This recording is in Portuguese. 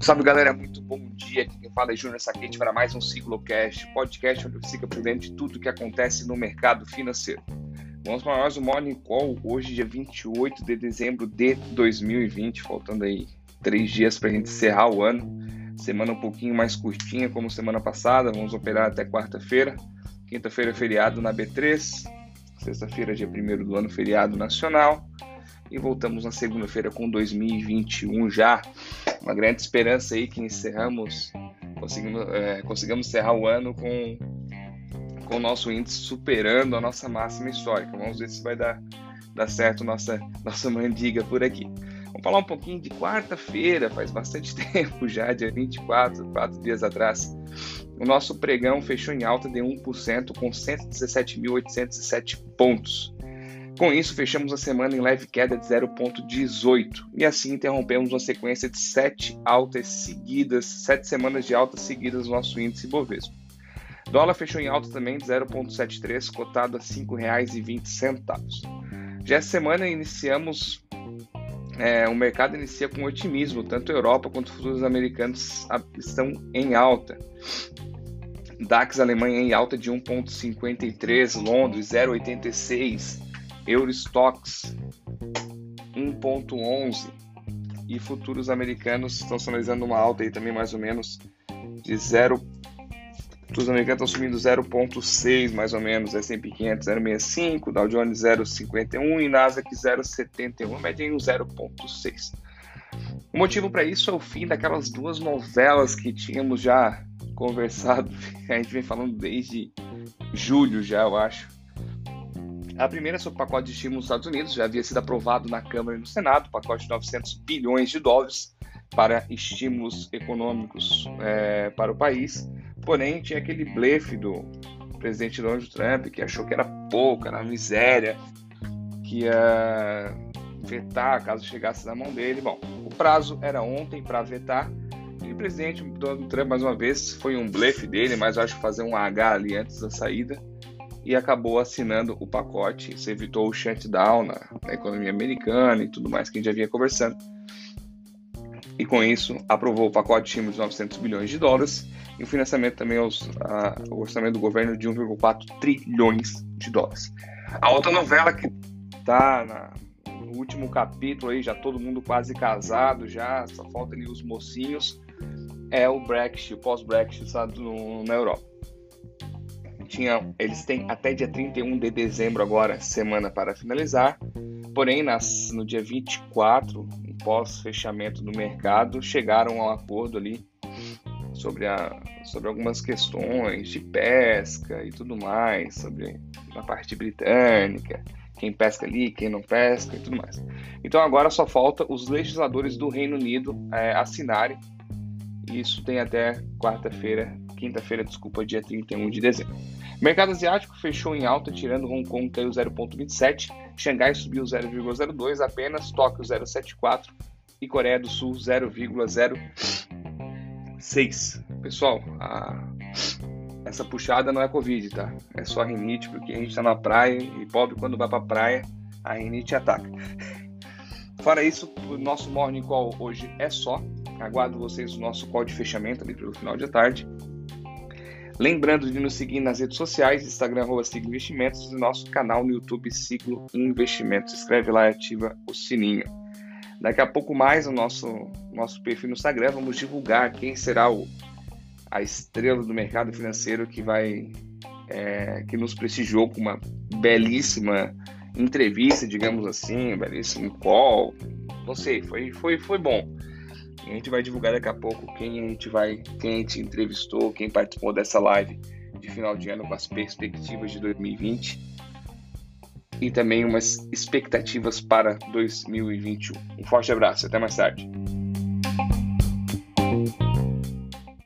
Salve galera, muito bom dia, aqui quem fala é Júnior Saquete para mais um Ciclocast, podcast onde você fica por dentro de tudo que acontece no mercado financeiro. Vamos para mais um Morning Call, hoje dia 28 de dezembro de 2020, faltando aí 3 dias para a gente encerrar o ano, semana um pouquinho mais curtinha como semana passada, vamos operar até quarta-feira, quinta-feira feriado na B3, sexta-feira dia 1º do ano feriado nacional, e voltamos na segunda-feira com 2021 já. Uma grande esperança aí que conseguimos encerrar o ano com o nosso índice superando a nossa máxima histórica. Vamos ver se vai dar certo nossa mandiga por aqui. Vamos falar um pouquinho de quarta-feira, faz bastante tempo já, dia 24, 4 dias atrás. O nosso pregão fechou em alta de 1% com 117.807 pontos. Com isso, fechamos a semana em leve queda de 0,18 e assim interrompemos uma sequência de 7 semanas de altas seguidas no nosso índice Bovespa. Dólar fechou em alta também de 0,73, cotado a R$ 5,20. Já essa semana o mercado inicia com otimismo, tanto a Europa quanto os futuros americanos estão em alta. DAX Alemanha em alta de 1,53, Londres 0,86, Eurostoxx 1,11 e futuros americanos estão sinalizando uma alta aí também mais ou menos de 0. Futuros americanos estão subindo 0,6 mais ou menos, S&P 500 0,65, Dow Jones 0,51 e Nasdaq 0,71, média em 0,6. O motivo para isso é o fim daquelas duas novelas que tínhamos já conversado, a gente vem falando desde julho já, eu acho. A primeira sobre o pacote de estímulo nos Estados Unidos, já havia sido aprovado na Câmara e no Senado, pacote de 900 bilhões de dólares para estímulos econômicos para o país. Porém, tinha aquele blefe do presidente Donald Trump, que achou que era pouco, era uma miséria, que ia vetar caso chegasse na mão dele. Bom, o prazo era ontem para vetar, e o presidente Donald Trump, mais uma vez, foi um blefe dele, mas eu acho que fazer um H ali antes da saída, e acabou assinando o pacote. Isso evitou o shutdown na economia americana e tudo mais que a gente já vinha conversando. E com isso, aprovou o pacote de estímulo de 900 bilhões de dólares e o financiamento também o orçamento do governo de 1,4 trilhões de dólares. A outra novela que está no último capítulo, aí, já todo mundo quase casado, já só falta ali os mocinhos, é o Brexit, o pós-Brexit na Europa. Eles têm até dia 31 de dezembro agora, semana para finalizar, porém no dia 24, pós-fechamento do mercado, chegaram a um acordo ali sobre algumas questões de pesca e tudo mais, sobre a parte britânica, quem pesca ali, quem não pesca e tudo mais. Então agora só falta os legisladores do Reino Unido assinarem, e isso tem até quinta-feira, dia 31 de dezembro. O mercado asiático fechou em alta, tirando Hong Kong caiu 0,27, Xangai subiu 0,02, apenas Tóquio 0,74 e Coreia do Sul 0,06. Pessoal, essa puxada não é Covid, tá? É só rinite, porque a gente tá na praia e pobre quando vai pra praia, a rinite ataca. Fora isso, o nosso Morning Call hoje é só. Aguardo vocês no nosso call de fechamento ali pelo final de tarde. Lembrando de nos seguir nas redes sociais, Instagram, @Ciclo Investimentos, e nosso canal no YouTube, Ciclo Investimentos. Inscreve lá e ativa o sininho. Daqui a pouco mais no nosso perfil no Instagram, vamos divulgar quem será a estrela do mercado financeiro que nos prestigiou com uma belíssima entrevista, digamos assim, um belíssimo call. Não sei, foi bom. A gente vai divulgar daqui a pouco quem a gente entrevistou, quem participou dessa live de final de ano com as perspectivas de 2020 e também umas expectativas para 2021. Um forte abraço, até mais tarde.